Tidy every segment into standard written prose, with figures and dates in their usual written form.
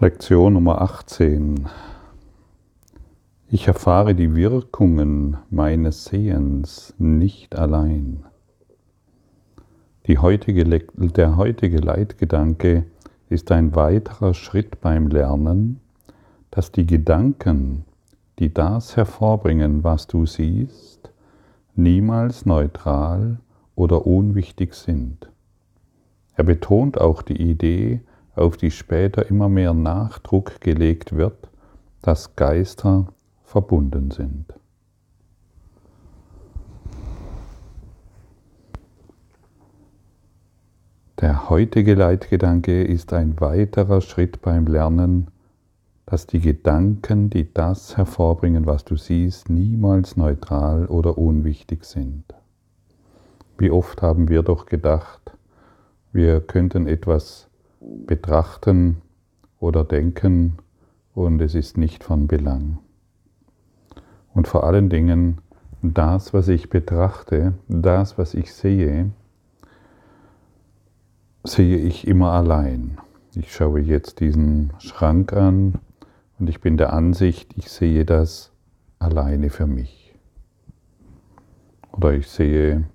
Lektion Nummer 18. Ich erfahre die Wirkungen meines Sehens nicht allein. Der heutige Leitgedanke ist ein weiterer Schritt beim Lernen, dass die Gedanken, die das hervorbringen, was du siehst, niemals neutral oder unwichtig sind. Er betont auch die Idee, auf die später immer mehr Nachdruck gelegt wird, dass Geister verbunden sind. Der heutige Leitgedanke ist ein weiterer Schritt beim Lernen, dass die Gedanken, die das hervorbringen, was du siehst, niemals neutral oder unwichtig sind. Wie oft haben wir doch gedacht, wir könnten etwas betrachten oder denken und es ist nicht von Belang. Und vor allen Dingen, das, was ich betrachte, das, was ich sehe, sehe ich immer allein. Ich schaue jetzt diesen Schrank an und ich bin der Ansicht, ich sehe das alleine für mich. Oder ich sehe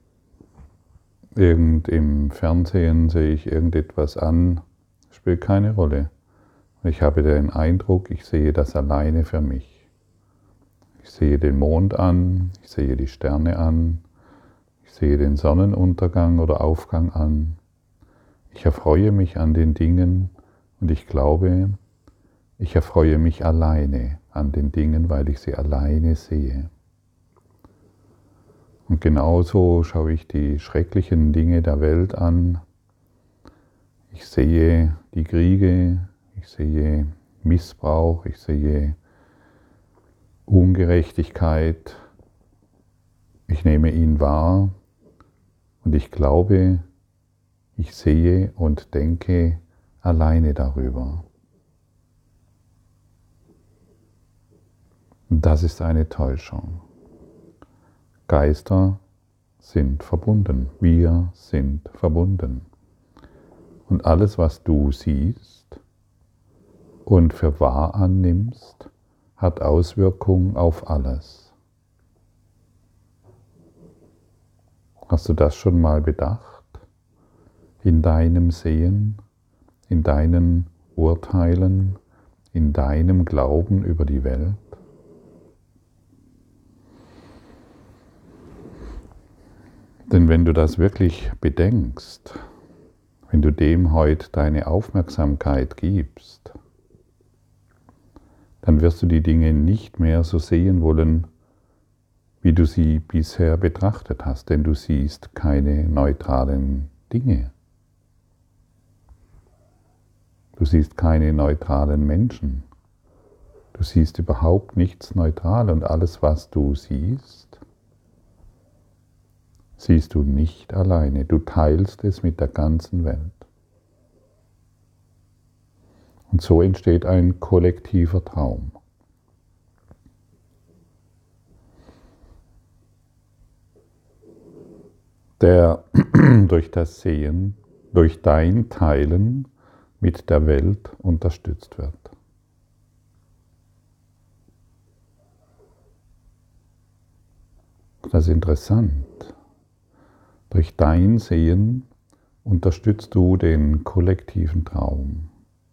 im Fernsehen sehe ich irgendetwas an, spielt keine Rolle. Ich habe den Eindruck, ich sehe das alleine für mich. Ich sehe den Mond an, ich sehe die Sterne an, ich sehe den Sonnenuntergang oder Aufgang an. Ich erfreue mich an den Dingen und ich glaube, ich erfreue mich alleine an den Dingen, weil ich sie alleine sehe. Und genauso schaue ich die schrecklichen Dinge der Welt an. Ich sehe die Kriege, ich sehe Missbrauch, ich sehe Ungerechtigkeit. Ich nehme ihn wahr und ich glaube, ich sehe und denke alleine darüber. Das ist eine Täuschung. Geister sind verbunden. Wir sind verbunden. Und alles, was du siehst und für wahr annimmst, hat Auswirkungen auf alles. Hast du das schon mal bedacht? In deinem Sehen, in deinen Urteilen, in deinem Glauben über die Welt? Denn wenn du das wirklich bedenkst, wenn du dem heute deine Aufmerksamkeit gibst, dann wirst du die Dinge nicht mehr so sehen wollen, wie du sie bisher betrachtet hast, denn du siehst keine neutralen Dinge. Du siehst keine neutralen Menschen. Du siehst überhaupt nichts neutral und alles, was du siehst, siehst du nicht alleine. Du teilst es mit der ganzen Welt. Und so entsteht ein kollektiver Traum. Der durch das Sehen, durch dein Teilen mit der Welt unterstützt wird. Das ist interessant. Durch dein Sehen unterstützt du den kollektiven Traum.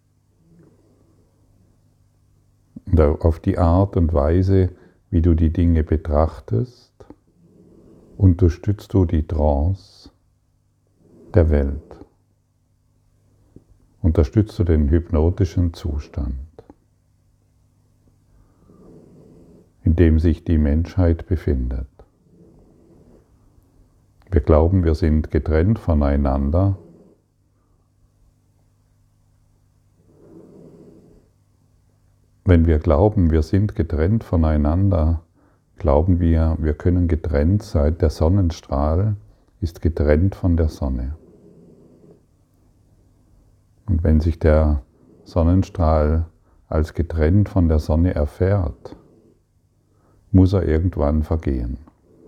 Und auf die Art und Weise, wie du die Dinge betrachtest, unterstützt du die Trance der Welt. Unterstützt du den hypnotischen Zustand, in dem sich die Menschheit befindet. Wir glauben, wir sind getrennt voneinander. Wenn wir glauben, wir sind getrennt voneinander, glauben wir, wir können getrennt sein. Der Sonnenstrahl ist getrennt von der Sonne. Und wenn sich der Sonnenstrahl als getrennt von der Sonne erfährt, muss er irgendwann vergehen.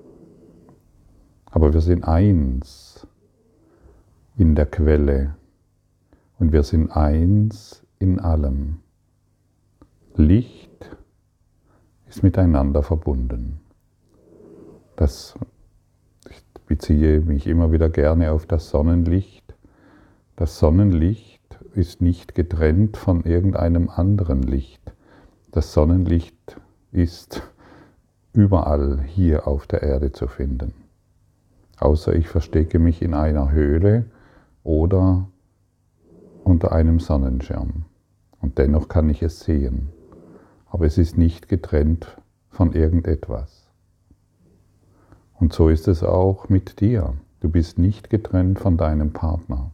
Aber wir sind eins in der Quelle und wir sind eins in allem. Licht ist miteinander verbunden. Ich beziehe mich immer wieder gerne auf das Sonnenlicht. Das Sonnenlicht ist nicht getrennt von irgendeinem anderen Licht. Das Sonnenlicht ist überall hier auf der Erde zu finden. Außer ich verstecke mich in einer Höhle oder unter einem Sonnenschirm. Und dennoch kann ich es sehen. Aber es ist nicht getrennt von irgendetwas. Und so ist es auch mit dir. Du bist nicht getrennt von deinem Partner.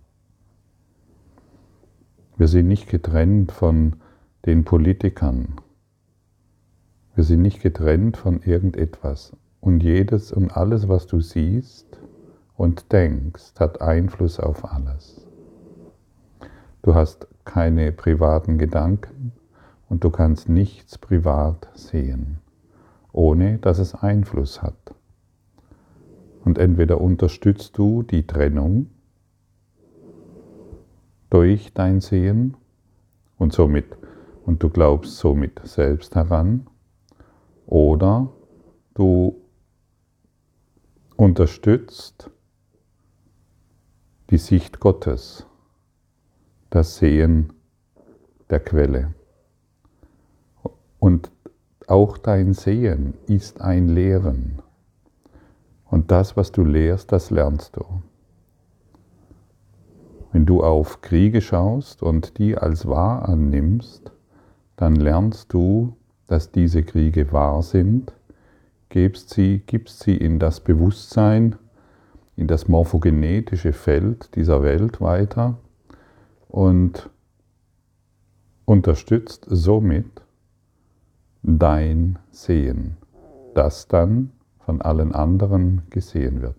Wir sind nicht getrennt von den Politikern. Wir sind nicht getrennt von irgendetwas. Und jedes und alles, was du siehst und denkst, hat Einfluss auf alles. Du hast keine privaten Gedanken und du kannst nichts privat sehen, ohne dass es Einfluss hat. Und entweder unterstützt du die Trennung durch dein Sehen und du glaubst somit selbst daran, oder du unterstützt die Sicht Gottes, das Sehen der Quelle. Und auch dein Sehen ist ein Lehren. Und das, was du lehrst, das lernst du. Wenn du auf Kriege schaust und die als wahr annimmst, dann lernst du, dass diese Kriege wahr sind, gibst sie in das Bewusstsein, in das morphogenetische Feld dieser Welt weiter und unterstützt somit dein Sehen, das dann von allen anderen gesehen wird.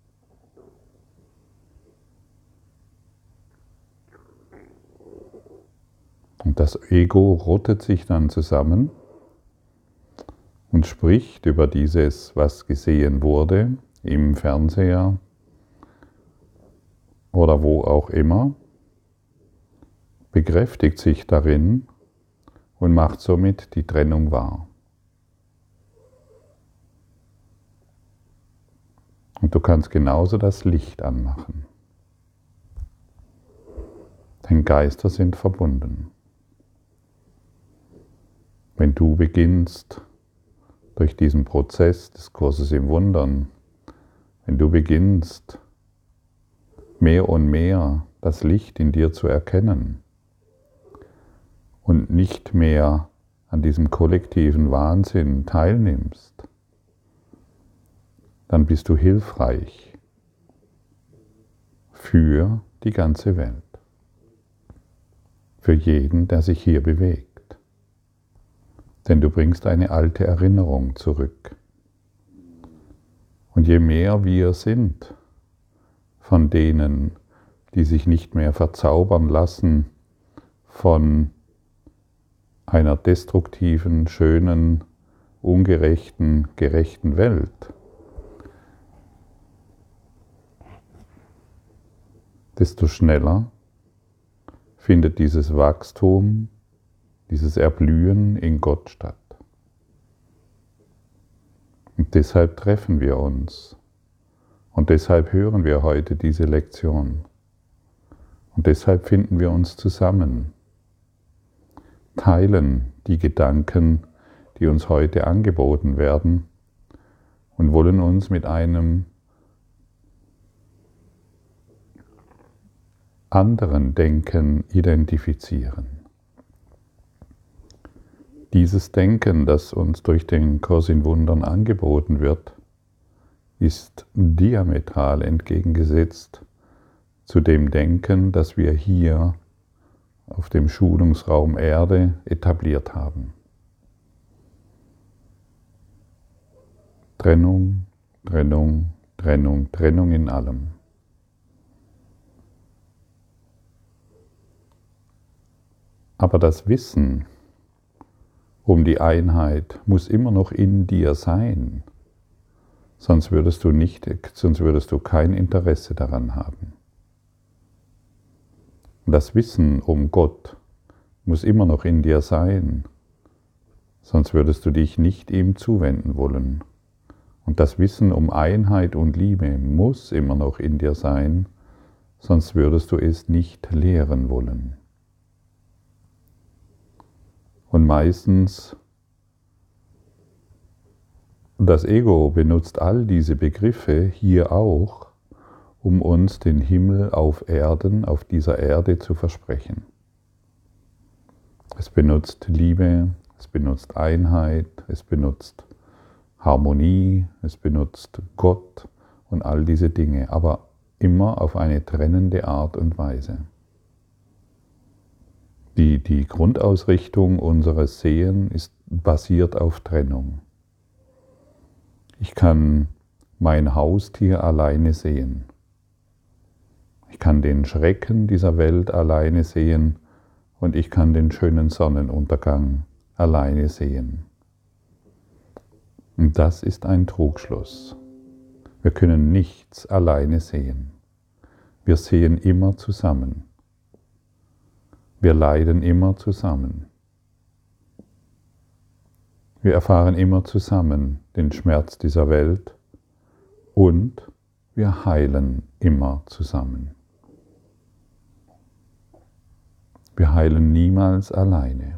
Und das Ego rottet sich dann zusammen und spricht über dieses, was gesehen wurde, im Fernseher oder wo auch immer, bekräftigt sich darin und macht somit die Trennung wahr. Und du kannst genauso das Licht anmachen. Denn Geister sind verbunden. Wenn du beginnst, durch diesen Prozess des Kurses im Wundern, wenn du beginnst, mehr und mehr das Licht in dir zu erkennen und nicht mehr an diesem kollektiven Wahnsinn teilnimmst, dann bist du hilfreich für die ganze Welt, für jeden, der sich hier bewegt. Denn du bringst eine alte Erinnerung zurück. Und je mehr wir sind von denen, die sich nicht mehr verzaubern lassen von einer destruktiven, schönen, ungerechten, gerechten Welt, desto schneller findet dieses Wachstum, dieses Erblühen in Gott statt. Und deshalb treffen wir uns. Und deshalb hören wir heute diese Lektion. Und deshalb finden wir uns zusammen, teilen die Gedanken, die uns heute angeboten werden und wollen uns mit einem anderen Denken identifizieren. Dieses Denken, das uns durch den Kurs in Wundern angeboten wird, ist diametral entgegengesetzt zu dem Denken, das wir hier auf dem Schulungsraum Erde etabliert haben. Trennung, Trennung, Trennung, Trennung in allem. Aber das Wissen um die Einheit muss immer noch in dir sein, sonst würdest du kein Interesse daran haben. Das Wissen um Gott muss immer noch in dir sein, sonst würdest du dich nicht ihm zuwenden wollen. Und das Wissen um Einheit und Liebe muss immer noch in dir sein, sonst würdest du es nicht lehren wollen. Und meistens, das Ego benutzt all diese Begriffe hier auch, um uns den Himmel auf Erden, auf dieser Erde zu versprechen. Es benutzt Liebe, es benutzt Einheit, es benutzt Harmonie, es benutzt Gott und all diese Dinge, aber immer auf eine trennende Art und Weise. Die Grundausrichtung unseres Sehen ist basiert auf Trennung. Ich kann mein Haustier alleine sehen. Ich kann den Schrecken dieser Welt alleine sehen und ich kann den schönen Sonnenuntergang alleine sehen. Und das ist ein Trugschluss. Wir können nichts alleine sehen. Wir sehen immer zusammen. Wir leiden immer zusammen. Wir erfahren immer zusammen den Schmerz dieser Welt und wir heilen immer zusammen. Wir heilen niemals alleine.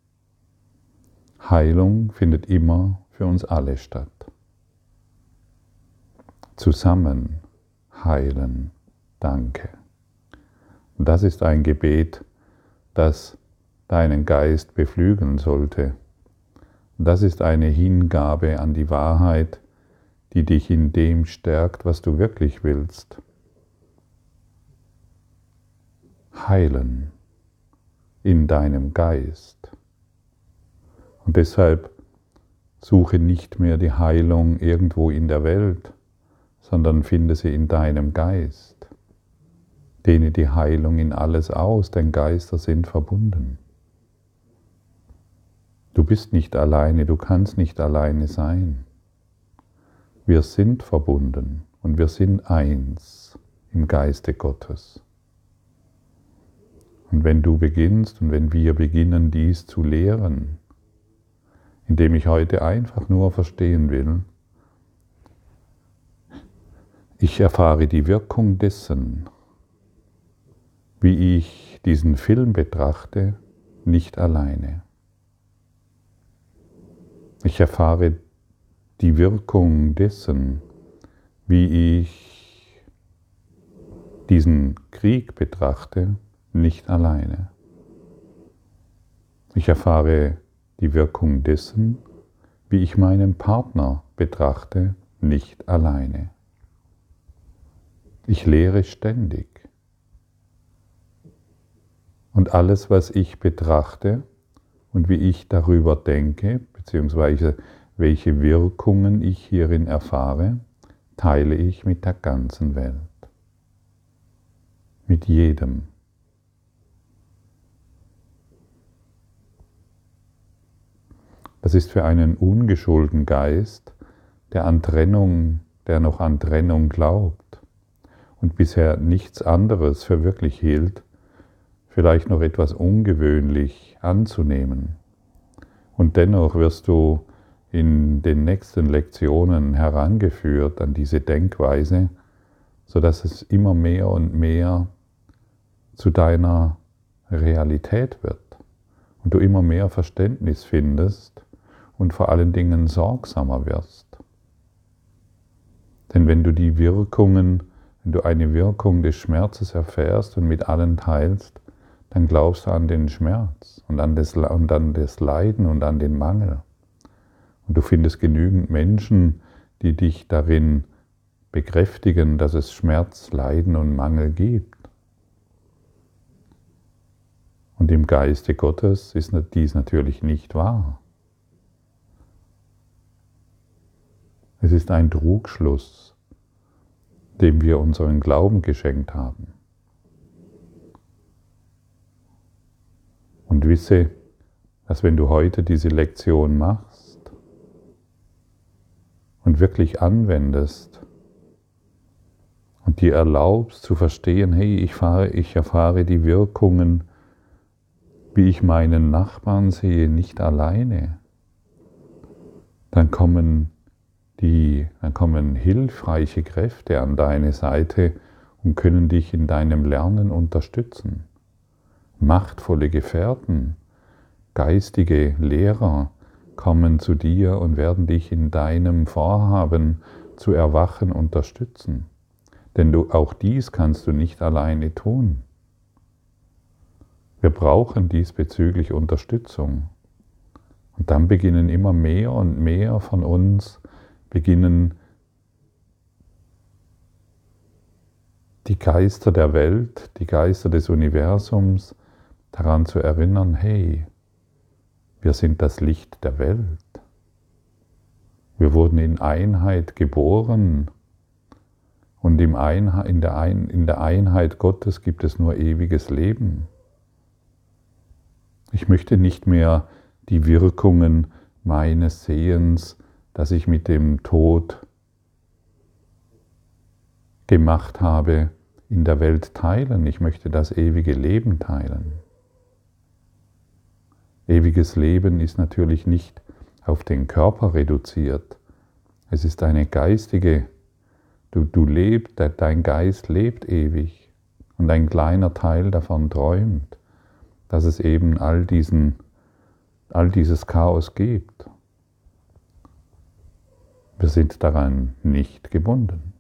Heilung findet immer für uns alle statt. Zusammen heilen. Danke. Und das ist ein Gebet, das deinen Geist beflügeln sollte. Das ist eine Hingabe an die Wahrheit, die dich in dem stärkt, was du wirklich willst. Heilen in deinem Geist. Und deshalb suche nicht mehr die Heilung irgendwo in der Welt, sondern finde sie in deinem Geist. Dehne die Heilung in alles aus, denn Geister sind verbunden. Du bist nicht alleine, du kannst nicht alleine sein. Wir sind verbunden und wir sind eins im Geiste Gottes. Und wenn du beginnst und wenn wir beginnen, dies zu lehren, indem ich heute einfach nur verstehen will, ich erfahre die Wirkung dessen, wie ich diesen Film betrachte, nicht alleine. Ich erfahre die Wirkung dessen, wie ich diesen Krieg betrachte, nicht alleine. Ich erfahre die Wirkung dessen, wie ich meinen Partner betrachte, nicht alleine. Ich lehre ständig. Und alles, was ich betrachte und wie ich darüber denke, beziehungsweise welche Wirkungen ich hierin erfahre, teile ich mit der ganzen Welt. Mit jedem. Das ist für einen ungeschulten Geist, der noch an Trennung glaubt und bisher nichts anderes für wirklich hielt, vielleicht noch etwas ungewöhnlich anzunehmen. Und dennoch wirst du in den nächsten Lektionen herangeführt an diese Denkweise, sodass es immer mehr und mehr zu deiner Realität wird und du immer mehr Verständnis findest und vor allen Dingen sorgsamer wirst. Denn wenn du eine Wirkung des Schmerzes erfährst und mit allen teilst, dann glaubst du an den Schmerz und an das Leiden und an den Mangel. Und du findest genügend Menschen, die dich darin bekräftigen, dass es Schmerz, Leiden und Mangel gibt. Und im Geiste Gottes ist dies natürlich nicht wahr. Es ist ein Trugschluss, dem wir unseren Glauben geschenkt haben. Und wisse, dass wenn du heute diese Lektion machst und wirklich anwendest und dir erlaubst zu verstehen, hey, ich erfahre die Wirkungen, wie ich meinen Nachbarn sehe, nicht alleine, dann kommen hilfreiche Kräfte an deine Seite und können dich in deinem Lernen unterstützen. Machtvolle Gefährten, geistige Lehrer kommen zu dir und werden dich in deinem Vorhaben zu erwachen unterstützen. Denn auch dies kannst du nicht alleine tun. Wir brauchen diesbezüglich Unterstützung. Und dann beginnen immer mehr und mehr von uns, die Geister der Welt, die Geister des Universums daran zu erinnern, hey, wir sind das Licht der Welt. Wir wurden in Einheit geboren und in der Einheit Gottes gibt es nur ewiges Leben. Ich möchte nicht mehr die Wirkungen meines Sehens, das ich mit dem Tod gemacht habe, in der Welt teilen. Ich möchte das ewige Leben teilen. Ewiges Leben ist natürlich nicht auf den Körper reduziert. Es ist eine geistige, du lebst, dein Geist lebt ewig und ein kleiner Teil davon träumt, dass es eben all dieses Chaos gibt. Wir sind daran nicht gebunden.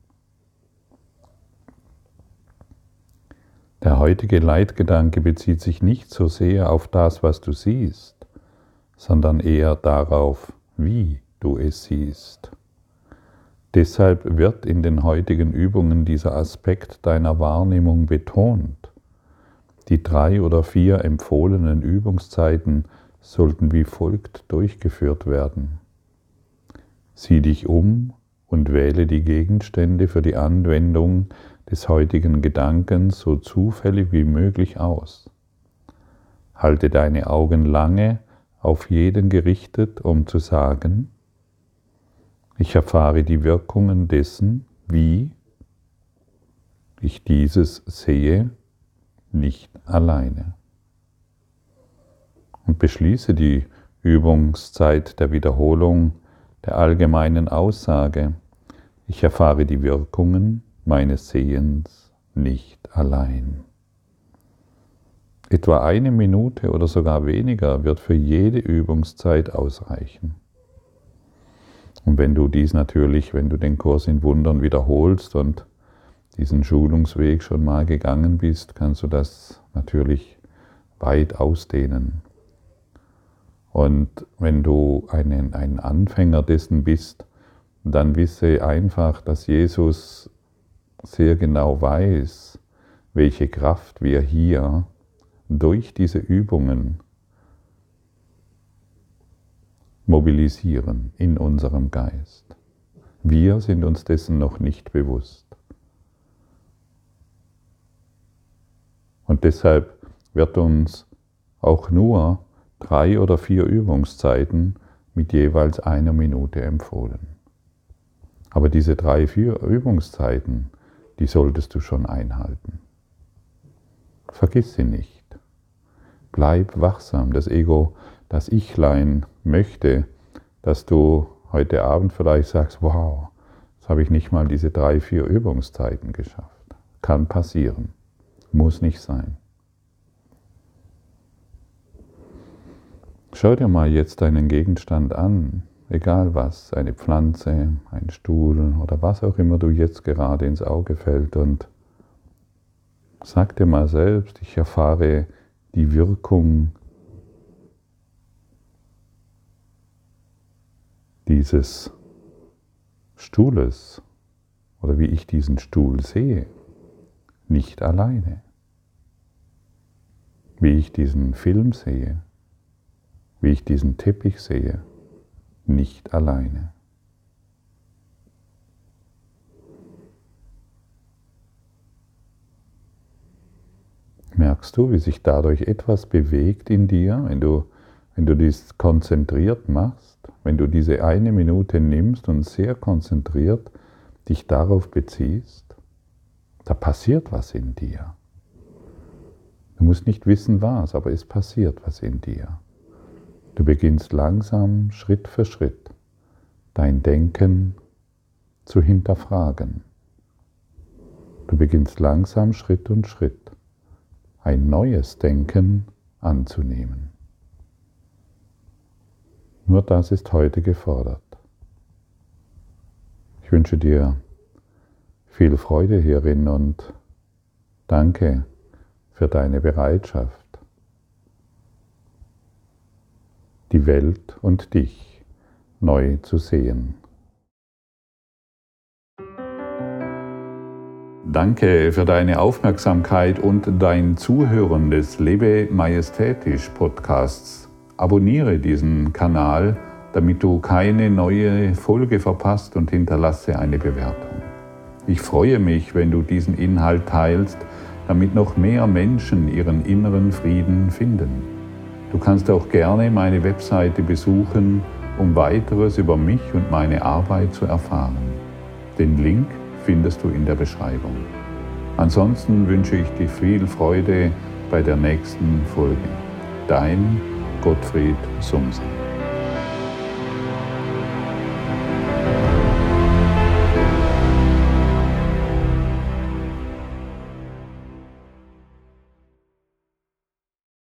Der heutige Leitgedanke bezieht sich nicht so sehr auf das, was du siehst, sondern eher darauf, wie du es siehst. Deshalb wird in den heutigen Übungen dieser Aspekt deiner Wahrnehmung betont. Die 3 oder 4 empfohlenen Übungszeiten sollten wie folgt durchgeführt werden. Sieh dich um und wähle die Gegenstände für die Anwendung des heutigen Gedankens so zufällig wie möglich aus. Halte deine Augen lange auf jeden gerichtet, um zu sagen, ich erfahre die Wirkungen dessen, wie ich dieses sehe, nicht alleine. Und beschließe die Übungszeit der Wiederholung der allgemeinen Aussage, ich erfahre die Wirkungen meines Sehens nicht allein. Etwa 1 Minute oder sogar weniger wird für jede Übungszeit ausreichen. Und wenn du den Kurs in Wundern wiederholst und diesen Schulungsweg schon mal gegangen bist, kannst du das natürlich weit ausdehnen. Und wenn du ein Anfänger dessen bist, dann wisse einfach, dass Jesus sehr genau weiß, welche Kraft wir hier durch diese Übungen mobilisieren in unserem Geist. Wir sind uns dessen noch nicht bewusst. Und deshalb wird uns auch nur 3 oder 4 Übungszeiten mit jeweils 1 Minute empfohlen. Aber diese 3, 4 Übungszeiten, die solltest du schon einhalten. Vergiss sie nicht. Bleib wachsam. Das Ego, das Ichlein möchte, dass du heute Abend vielleicht sagst, wow, jetzt habe ich nicht mal diese 3, 4 Übungszeiten geschafft. Kann passieren. Muss nicht sein. Schau dir mal jetzt deinen Gegenstand an, egal was, eine Pflanze, ein Stuhl oder was auch immer du jetzt gerade ins Auge fällt und sag dir mal selbst, ich erfahre die Wirkung dieses Stuhles oder wie ich diesen Stuhl sehe, nicht alleine. Wie ich diesen Film sehe, wie ich diesen Teppich sehe, nicht alleine. Merkst du, wie sich dadurch etwas bewegt in dir, wenn du dies konzentriert machst, wenn du diese 1 Minute nimmst und sehr konzentriert dich darauf beziehst? Da passiert was in dir. Du musst nicht wissen was, aber es passiert was in dir. Du beginnst langsam, Schritt für Schritt, dein Denken zu hinterfragen. Du beginnst langsam Schritt und Schritt ein neues Denken anzunehmen. Nur das ist heute gefordert. Ich wünsche dir viel Freude hierin und danke für deine Bereitschaft, die Welt und dich neu zu sehen. Danke für deine Aufmerksamkeit und dein Zuhören des Lebe Majestätisch Podcasts. Abonniere diesen Kanal, damit du keine neue Folge verpasst, und hinterlasse eine Bewertung. Ich freue mich, wenn du diesen Inhalt teilst, damit noch mehr Menschen ihren inneren Frieden finden. Du kannst auch gerne meine Webseite besuchen, um weiteres über mich und meine Arbeit zu erfahren. Den Link findest du in der Beschreibung. Ansonsten wünsche ich dir viel Freude bei der nächsten Folge. Dein Gottfried Sumser.